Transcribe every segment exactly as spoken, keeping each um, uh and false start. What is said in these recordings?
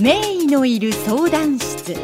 名医のいる相談室。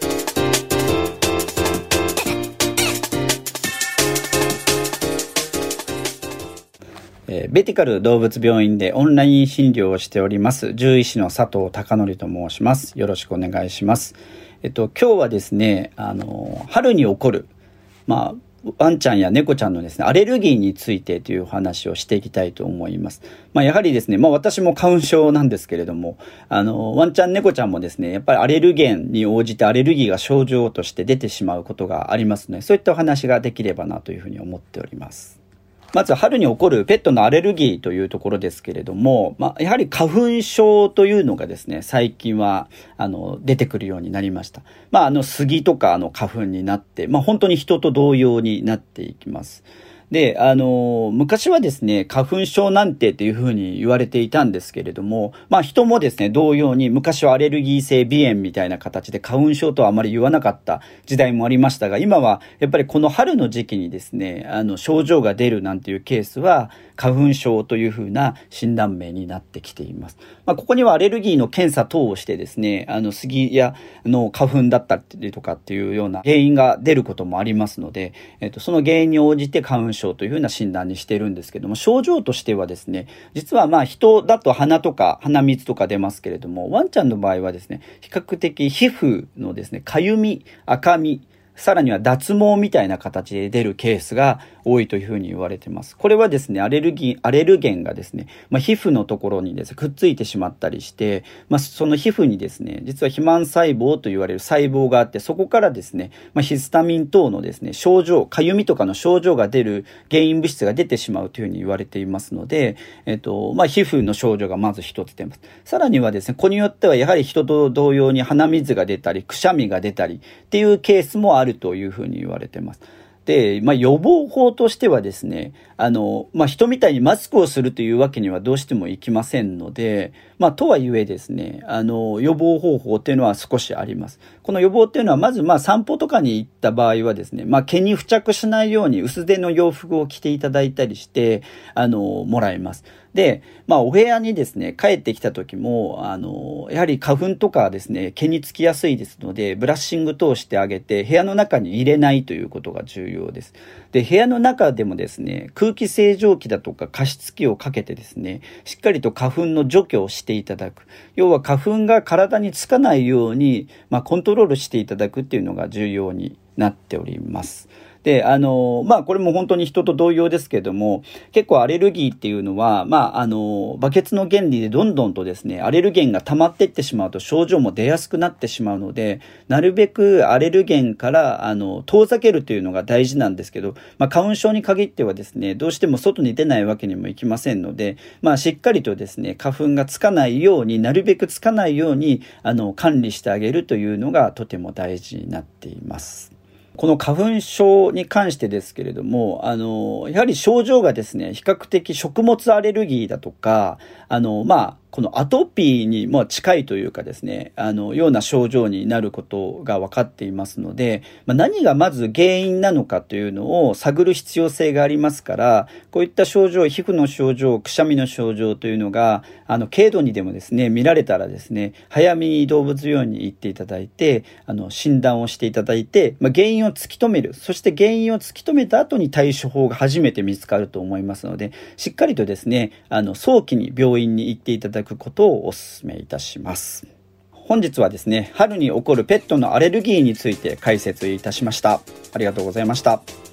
ベティカル動物病院でオンライン診療をしております獣医師の佐藤貴則と申します。よろしくお願いします。えっと今日はですね、あの春に起こるまあワンちゃんや猫ちゃんのですねアレルギーについてというお話をしていきたいと思います。まあ、やはりですね、まあ、私も花粉症なんですけれども、あのワンちゃん猫ちゃんもですね、やっぱりアレルゲンに応じてアレルギーが症状として出てしまうことがありますので、そういったお話ができればなというふうに思っております。まず春に起こるペットのアレルギーというところですけれども、まあ、やはり花粉症というのがですね、最近はあの出てくるようになりました。まあ、あの杉とかの花粉になって、まあ、本当に人と同様になっていきます。で、あの、昔はですね、花粉症なんてっていうふうに言われていたんですけれども、まあ人もですね、同様に昔はアレルギー性鼻炎みたいな形で花粉症とはあまり言わなかった時代もありましたが、今はやっぱりこの春の時期にですね、あの症状が出るなんていうケースは花粉症というふうな診断名になってきています。まあここにはアレルギーの検査等をしてですね、あの杉やの花粉だったりとかっていうような原因が出ることもありますので、えっと、その原因に応じて花粉症というふうな診断にしているんですけども、症状としてはですね、実はまあ人だと鼻とか鼻水とか出ますけれども、ワンちゃんの場合はですね、比較的皮膚のですね、かゆみ、赤み、さらには脱毛みたいな形で出るケースが多いというふうに言われています。これはですね、アレルギー、アレルゲンがですね、まあ、皮膚のところにですね、くっついてしまったりして、まあ、その皮膚にですね、実は肥満細胞と言われる細胞があって、そこからですね、まあ、ヒスタミン等のですね、症状、かゆみとかの症状が出る原因物質が出てしまうというふうに言われていますので、えっと、まあ、皮膚の症状がまず一つ出ます。さらにはですね、子によってはやはり人と同様に鼻水が出たり、くしゃみが出たりっていうケースもあるというふうに言われています。で、まあ、予防法としてはですね、あの、まあ、人みたいにマスクをするというわけにはどうしてもいきませんので、まあ、とはいえですね、あの、予防方法っていうのは少しあります。この予防っていうのは、まず、まあ、散歩とかに行った場合はですね、まあ、毛に付着しないように薄手の洋服を着ていただいたりして、あの、もらえます。で、まあ、お部屋にですね、帰ってきた時も、あの、やはり花粉とかですね、毛につきやすいですので、ブラッシング等してあげて、部屋の中に入れないということが重要です。で、部屋の中でもですね、空気清浄機だとか加湿器をかけてですね、しっかりと花粉の除去をしていただく。要は花粉が体につかないように、まあ、コントロールしていただくっていうのが重要になっております。で、あの、まあ、これも本当に人と同様ですけれども、結構アレルギーっていうのは、まあ、あの、バケツの原理でどんどんとですね、アレルゲンが溜まっていってしまうと症状も出やすくなってしまうので、なるべくアレルゲンから、あの、遠ざけるというのが大事なんですけど、まあ、花粉症に限ってはですね、どうしても外に出ないわけにもいきませんので、まあ、しっかりとですね、花粉がつかないように、なるべくつかないように、あの、管理してあげるというのがとても大事になっています。この花粉症に関してですけれども、あの、やはり症状がですね、比較的食物アレルギーだとか、あの、まあ、このアトピーにも近いというかですね、あの、ような症状になることが分かっていますので、まあ、何がまず原因なのかというのを探る必要性がありますから、こういった症状、皮膚の症状、くしゃみの症状というのが、あの、軽度にでもですね、見られたらですね、早めに動物病院に行っていただいて、あの、診断をしていただいて、まあ、原因を突き止める。そして原因を突き止めた後に対処法が初めて見つかると思いますので、しっかりとですね、あの、早期に病院に行っていただくことをお勧めいたします。本日はですね、春に起こるペットのアレルギーについて解説いたしました。ありがとうございました。